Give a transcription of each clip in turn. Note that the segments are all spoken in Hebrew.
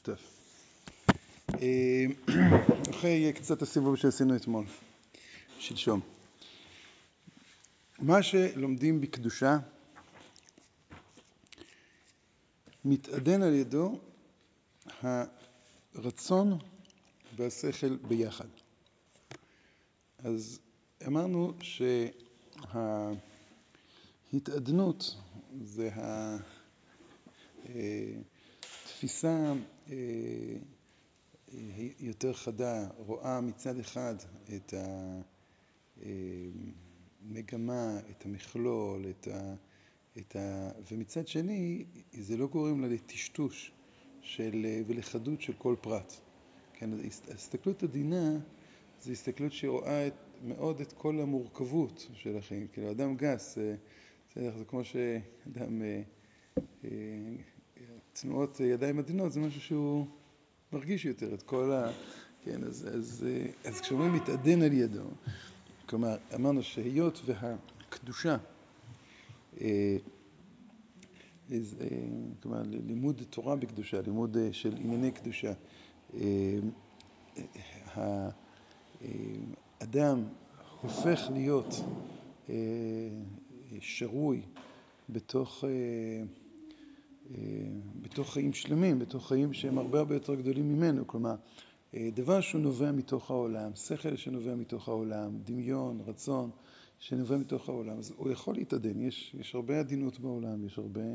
טוב. אחרי קצת הסיבוב שעשינו אתמול, שלשום. מה שלומדים בקדושה מתעדן על ידו הרצון והשכל ביחד. אז אמרנו שההתעדנות זה התפיסה יותר חדה, רואה מצד אחד את המגמה, את המכלול, ומצד שני זה לא גורם לה לטשטוש ולחדות של כל פרט. כן, ההסתכלות עדינה זה הסתכלות שרואה מאוד את כל המורכבות של החיים. כאילו אדם גס, זה כמו שאדם תנועות ידיים עדינות, זה משהו שהוא מרגיש יותר את כל כן, אז כשאומרים מתעדן על ידו, כלומר, אמרנו שהיות והקדושה, כלומר, לימוד תורה בקדושה, לימוד של ענייני קדושה, האדם הופך להיות שרוי בתוך חיים שלמים, בתוך חיים שהם הרבה יותר גדולים ממנו. כלומר, דבר שהוא נובע מתוך העולם, שכל שנובע מתוך העולם, דמיון, רצון שנובע מתוך העולם, אז הוא יכול להתעדן. יש הרבה עדינות בעולם, יש הרבה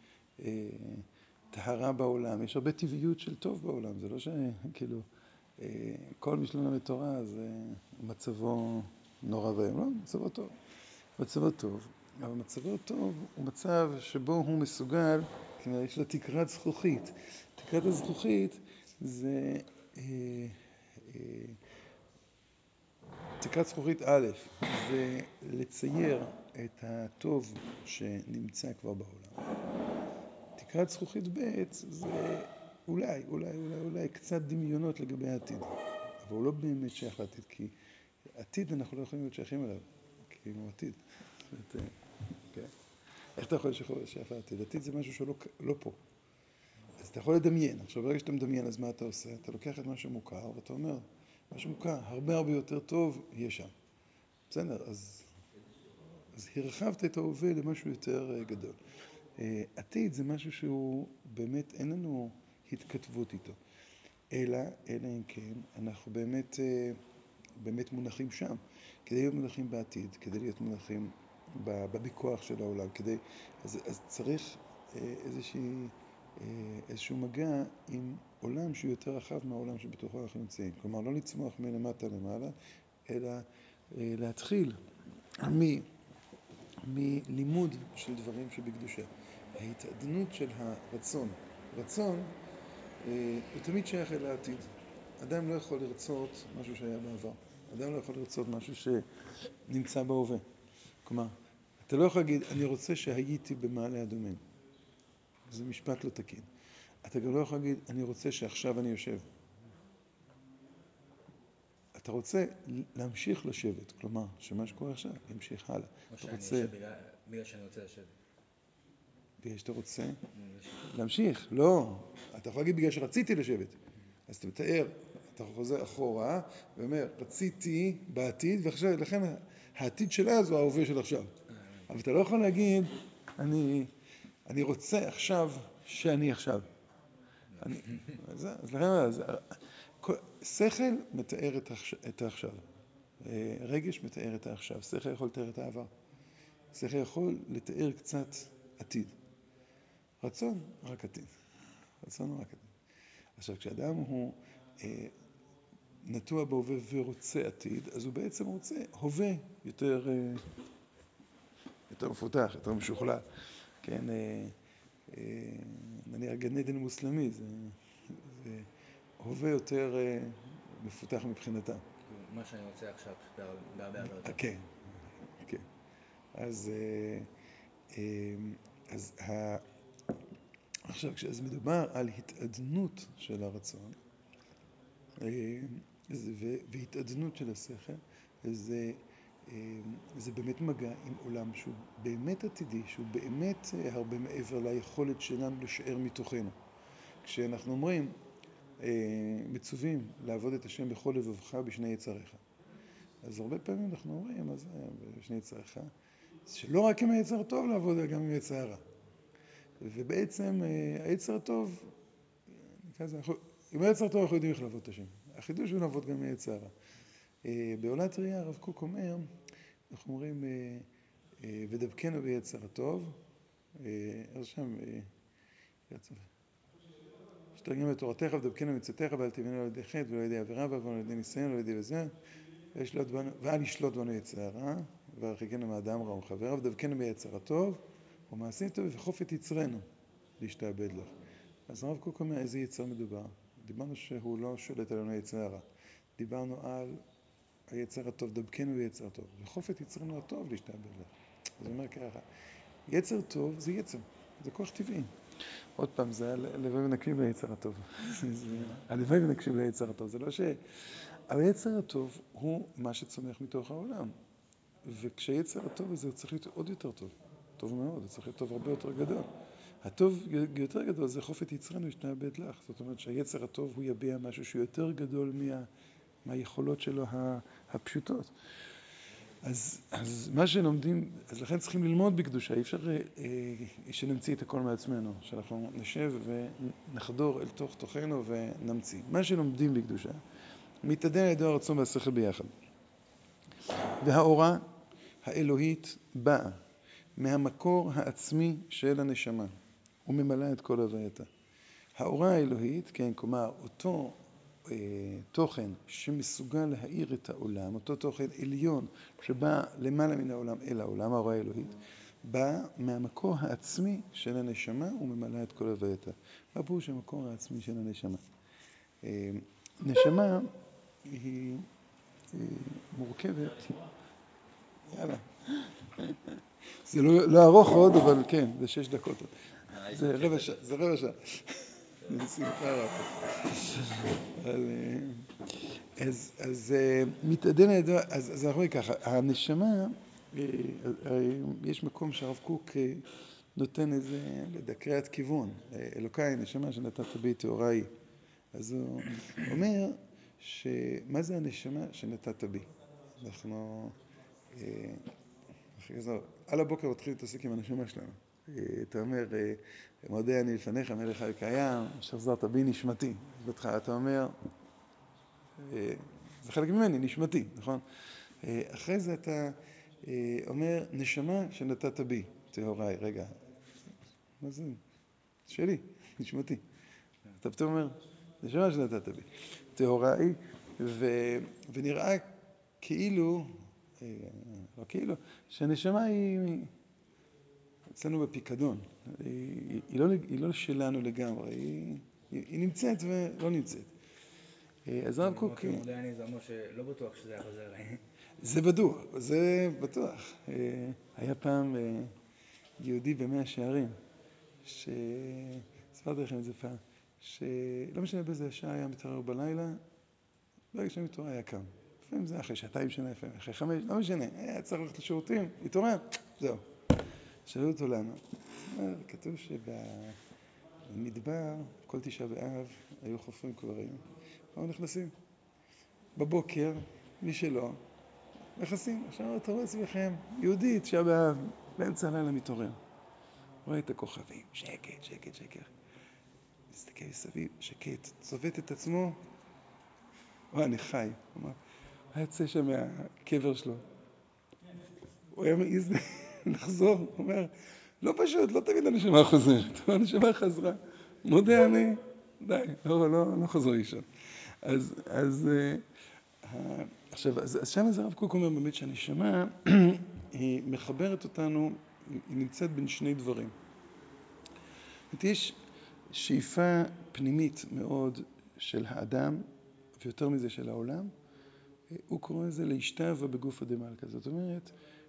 טהרה בעולם, יש הרבה טבעיות של טוב בעולם. זה לא שכאילו כל מי שלומד תורה אז מצבו נורא ואיום. לא, מצבו טוב. מצבו טוב. אבל מצבו טוב הוא מצב שבו הוא מסוגל, כלומר יש לה תקרת זכוכית. תקרת הזכוכית זה תקרת זכוכית א', זה לצייר את הטוב שנמצא כבר בעולם. תקרת זכוכית ב' זה אולי קצת דמיונות לגבי העתיד. אבל הוא לא באמת שייך לעתיד, כי עתיד אנחנו לא יכולים להיות שייכים אליו, כי הוא עתיד. איך אתה יכול לשייך לעתיד? עתיד זה משהו שהוא לא פה. אז אתה יכול לדמיין. עכשיו, ברגע שאתה מדמיין, אז מה אתה עושה? אתה לוקח את משהו מוכר, ואתה אומר, משהו מוכר, הרבה יותר טוב, יהיה שם. בסדר, אז הרחבת את ההווה למשהו יותר גדול. עתיד זה משהו שהוא באמת, אין לנו התכתבות איתו. אלא אם כן, אנחנו באמת מונחים שם. כדי להיות מונחים בעתיד, כדי להיות מונחים בכוח של העולם, אז צריך איזשהו מגע עם עולם שהוא יותר רחב מהעולם שבתוכו אנחנו נמצאים. כלומר, לא לצמוח מלמטה למעלה, אלא להתחיל מלימוד של דברים שבקדושה. ההתעדנות של הרצון. רצון הוא תמיד שייך אל העתיד. אדם לא יכול לרצות משהו שהיה בעבר. אדם לא יכול לרצות משהו שנמצא בהווה. כלומר, אתה לא יכול להגיד, אני רוצה שהייתי במעלה אדומים. זה משפט לא תקין. אתה גם לא יכול להגיד, אני רוצה שעכשיו אני יושב. אתה רוצה להמשיך לשבת. כלומר, שמה שקורה עכשיו, ימשיך הלאה. אתה רוצה... בגלל שאני רוצה לשבת. בגלל שאתה רוצה להמשיך. לא. אתה יכול להגיד בגלל שרציתי לשבת. אז אתה מתאר, אתה חוזר אחורה, ואומר, רציתי בעתיד, ועכשיו, לכן העתיד שלה זו ההווה של עכשיו. אבל אתה לא יכול להגיד, אני רוצה עכשיו שאני עכשיו. אז לכן, שכל מתאר את העכשיו. רגש מתאר את העכשיו. שכל יכול לתאר את העבר. שכל יכול לתאר קצת עתיד. רצון, רק עתיד. רצון הוא רק עתיד. עכשיו, כשאדם הוא נטוע בהווה ורוצה עתיד, אז הוא בעצם רוצה הווה יותר מפותח, יותר משוכלל. כן, נניח גן עדן מוסלמי, זה הווה יותר מפותח מבחינתם. מה שאני רוצה עכשיו, בהרבה יותר. כן, כן. אז עכשיו, כשאז מדובר על התעדנות של הרצון, והתעדנות של השכל, זה באמת מגע עם עולם שהוא באמת עתידי, שהוא באמת הרבה מעבר ליכולת שלנו לשער מתוכנו. כשאנחנו אומרים, מצווים לעבוד את השם בכל לבבך בשני יצריך. אז הרבה פעמים אנחנו אומרים, אז בשני יצריך, שלא רק עם היצר הטוב לעבוד, אלא גם עם היצר הרע. ובעצם היצר הטוב, עם היצר הטוב אנחנו יודעים איך לעבוד את השם. החידוש הוא לעבוד גם עם היצר הרע. בעולת ראייה הרב קוק אומר, אנחנו אומרים, ודבקנו ביצר הטוב, אז שם, שתרגם בתורתך ודבקנו מצוותיך ואל תבנו על ידי חטא ולא על ידי עבירה ועל ידי ניסיון ולא על ידי וזה ואל ישלוט בנו יצר הרע והרחיקנו מאדם רע ומחבר ודבקנו ביצר הטוב ומעשים טוב וחופת יצרנו להשתעבד לך. אז הרב קוק אומר איזה יצר מדובר. דיברנו שהוא לא שולט עלינו יצר הרע, דיברנו על היצר הטוב, דבקנו ביצר הטוב וחופת יצרנו הטוב להשתעבד לך. אז הוא אומר ככה, יצר טוב זה יצר, זה כוח טבעי. עוד פעם, זה הלוואי ונקשיב ליצר הטוב. הלוואי ונקשיב ליצר הטוב. זה לא ש... היצר הטוב הוא מה שצומח מתוך העולם. וכשהיצר הטוב הזה הוא צריך להיות עוד יותר טוב. טוב מאוד, הוא צריך להיות טוב הרבה יותר גדול. הטוב יותר גדול זה חופת יצרנו ישתעבד לך. זאת אומרת שהיצר הטוב הוא יביע משהו שהוא יותר גדול מהיכולות שלו הפשוטות. אז מה שלומדים, אז לכן צריכים ללמוד בקדושה, אי אפשר שנמציא את הכל מעצמנו, שאנחנו נשב ונחדור אל תוכנו ונמציא. מה שלומדים בקדושה, מתעדן על ידי הרצון והשכל ביחד. והאורה האלוהית באה מהמקור העצמי של הנשמה, וממלאה את כל הווייתה. האורה האלוהית, כן, כלומר, אותו תוכן שמסוגל להאיר את העולם, אותו תוכן עליון שבא למעלה מן העולם אל העולם, האורה האלוהית, בא מהמקור העצמי של הנשמה וממלא את כל הווייתה. מה פירוש המקור העצמי של הנשמה? נשמה היא מורכבת, יאללה, זה לא ארוך עוד, אבל כן, זה 6 דקות. זה רבע שעה. אז מתעדן על ידי, אז אנחנו רואים ככה, הנשמה, יש מקום שהרב קוק נותן איזה, קריאת כיוון, אלוקיי, נשמה שנתת בי טהורה היא. אז הוא אומר, מה זה הנשמה שנתת בי? אנחנו, על הבוקר מתחיל להתעסק עם הנשמה שלנו. אתה אומר, מודה אני לפניך, מלך חי וקיים, שחזרת בי נשמתי. אתה אומר, זה חלק ממני, נשמתי, נכון? אחרי זה אתה אומר, נשמה שנתת בי, טהוריי. רגע, מה זה? שלי, נשמתי. אתה פתאום אומר, נשמה שנתת בי, טהוריי, ונראה כאילו, לא כאילו, שהנשמה היא אצלנו בפיקדון. היא לא שלנו לגמרי, היא נמצאת ולא נמצאת. אז הרב קוק... מודה אני, זה אומר שלא בטוח שזה היה חוזר. זה בטוח. היה פעם יהודי במאה שערים, ספרתי לכם את זה פעם, שלא משנה באיזה שעה היה מתעורר בלילה, ברגע שהמתעורר היה קם. לפעמים זה אחרי 2 שנה, לפעמים אחרי 5, לא משנה, היה צריך ללכת לשירותים, התעורר, זהו. שאלו אותו למה. כתוב שבמדבר, כל 9 באב, היו חופרים קברים, היו נכנסים. בבוקר, מי שלא, נכנסים. עכשיו תראו עצמכם, יהודי, 9 באב, באמצע הלילה מתעורר. רואה את הכוכבים, שקט. מסתכל מסביב, שקט, צובט את עצמו, אני חי. הוא היה יוצא שם מהקבר שלו. הוא היה מעיז לחזור, הוא אומר, לא פשוט, לא תמיד הנשמה חוזרת. הנשמה חזרה, מודה אני, די, לא חזור אישה. אז שם זה הרב קוק אומר באמת שהנשמה היא מחברת אותנו, היא נמצאת בין שני דברים. יש שאיפה פנימית מאוד של האדם, ויותר מזה של העולם, הוא קורא לזה להשתהווה בגופא דמלכא. זאת אומרת,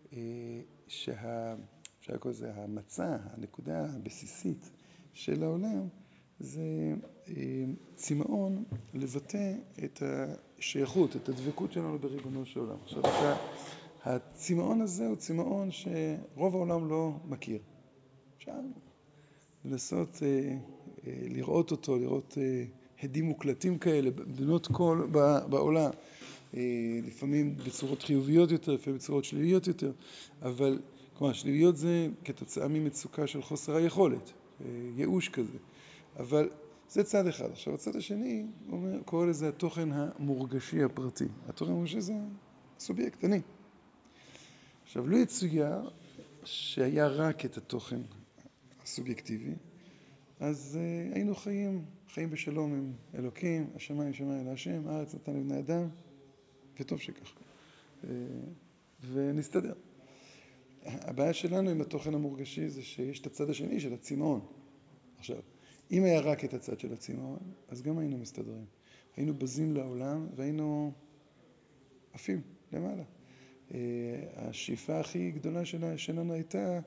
אפשר לקרוא לזה המצע, הנקודה הבסיסית של העולם, זה צמאון לבטא את השייכות, את הדבקות שלנו בריבונו של עולם. עכשיו, הצמאון הזה הוא צמאון שרוב העולם לא מכיר. אפשר לנסות לראות אותו, לראות הדים מוקלטים כאלה, בנות קול בעולם, לפעמים בצורות חיוביות יותר, לפעמים בצורות שליליות יותר, אבל, כלומר, שליליות זה כתוצאה ממצוקה של חוסר היכולת, ייאוש כזה, אבל זה צד אחד. עכשיו, הצד השני, קורא לזה התוכן המורגשי הפרטי. התוכן המורגשי זה סובייקט, אני. עכשיו, לא יצויר שהיה רק את התוכן הסובייקטיבי, אז היינו חיים בשלום עם אלוקים, השמיים שמיים אל השם, הארץ נתן לבני אדם, וטוב שכך. ונסתדר. הבעיה שלנו עם התוכן המורגשי זה שיש את הצד השני של הצמאון. עכשיו, אם היה רק את הצד של הצמאון, אז גם היינו מסתדרים. היינו בזים לעולם והיינו עפים למעלה. השאיפה הכי גדולה שלנו הייתה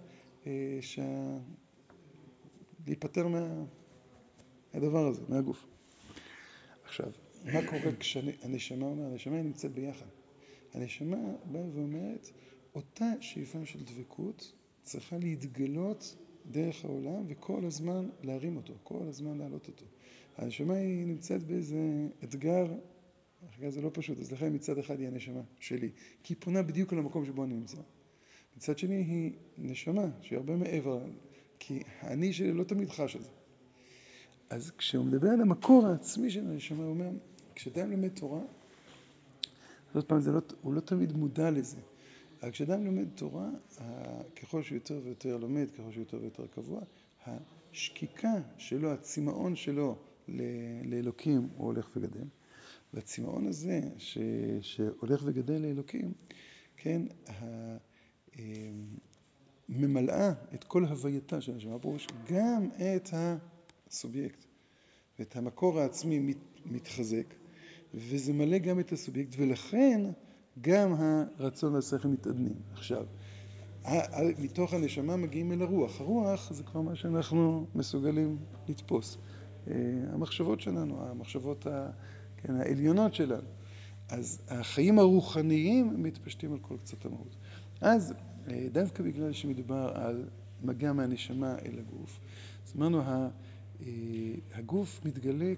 להיפטר מהדבר הזה, מהגוף. עכשיו, מה קורה כשהנשמה אומרת? הנשמה היא נמצאת ביחד. הנשמה באה ואומרת, אותה שאיפה של דבקות צריכה להתגלות דרך העולם וכל הזמן להרים אותו, כל הזמן להעלות אותו. הנשמה היא נמצאת באיזה אתגר, זה לא פשוט, אז לכן מצד אחד היא הנשמה שלי, כי היא פונה בדיוק על המקום שבו אני נמצא. מצד שני היא נשמה שהיא הרבה מעבר, כי אני שלי לא תמיד חש את זה. אז כשהוא מדבר על המקור העצמי של הנשמה, הוא אומר, כשאדם לומד תורה, זאת פעם, הוא לא תמיד מודע לזה. אבל כשאדם לומד תורה, ככל שהוא יותר ויותר לומד, ככל שהוא יותר ויותר קבוע, השקיקה שלו, הצמאון שלו לאלוקים, הוא הולך וגדל. והצמאון הזה שהולך וגדל לאלוקים, כן, ממלאה את כל הווייתה של הנשמה, פירוש גם את הסובייקט ואת המקור העצמי מתחזק, וזה מלא גם את הסובייקט, ולכן גם הרצון והשכל מתעדנים. עכשיו, מתוך הנשמה מגיעים אל הרוח. הרוח זה כבר מה שאנחנו מסוגלים לתפוס. המחשבות שלנו, המחשבות העליונות שלנו. אז החיים הרוחניים מתפשטים על כל קצות המהות. אז דווקא בגלל שמדובר על מגע מהנשמה אל הגוף, אז אמרנו, הגוף מתגלה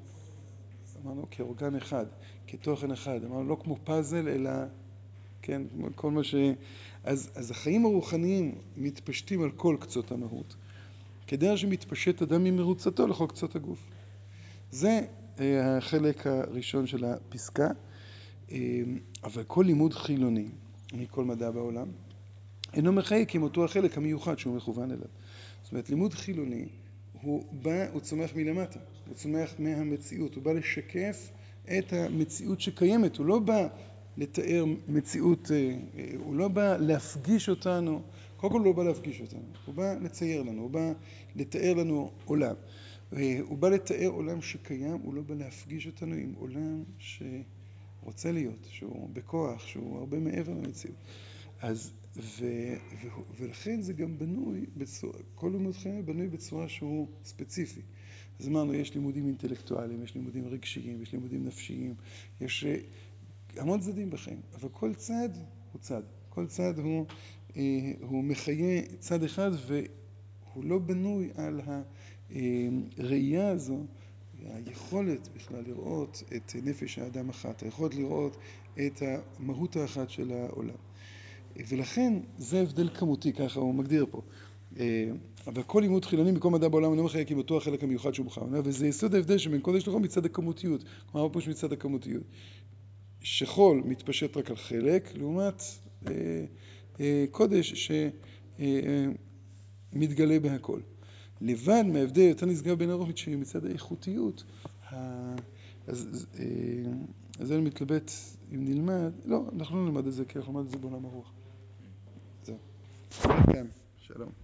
כאורגן אחד, כתוכן אחד. אמרנו, לא כמו פאזל, אלא, כן, כל מה אז החיים הרוחניים מתפשטים על כל קצות המהות, כדרך שמתפשט אדם ממרוצתו לכל קצות הגוף. זה החלק הראשון של הפסקה. אבל כל לימוד חילוני מכל מדע בעולם אינו מחייק עם אותו החלק המיוחד שהוא מכוון אליו. זאת אומרת, לימוד חילוני הוא צומח מלמטה, הוא צומח מהמציאות, הוא בא לשקף את המציאות שקיימת, הוא לא בא לתאר מציאות, הוא לא בא להפגיש אותנו, קודם כל הוא לא בא להפגיש אותנו, הוא בא לצייר לנו, הוא בא לתאר לנו עולם. הוא בא לתאר עולם שקיים, הוא לא בא להפגיש אותנו עם עולם שרוצה להיות, שהוא בכוח, שהוא הרבה מעבר למציאות. אז, ולכן זה גם בנוי, כל לימוד חיים בנוי בצורה שהוא ספציפי. אז אמרנו, יש לימודים אינטלקטואליים, יש לימודים רגשיים, יש לימודים נפשיים, יש המון צדדים בחיים, אבל כל צד הוא צד. כל צד הוא מחיה צד אחד, והוא לא בנוי על הראייה הזו, היכולת בכלל לראות את נפש האדם אחת, היכולת לראות את המהות האחת של העולם. ולכן זה הבדל כמותי, ככה הוא מגדיר פה. אבל כל לימוד חילוני מכל מדע בעולם אינו מחייק עם אותו החלק המיוחד שהוא בכוונה, וזה יסוד ההבדל שבין קודש לחול מצד הכמותיות. כלומר, פשוט מצד הכמותיות. שחול מתפשט רק על חלק, לעומת קודש שמתגלה בהכל. לבד מההבדל יותר נשגב בין הרוח מצד האיכותיות, אז זה אני מתלבט אם נלמד, לא, אנחנו לא נלמד את זה, כי אנחנו נלמד את זה בעולם הרוח. זהו. שלום.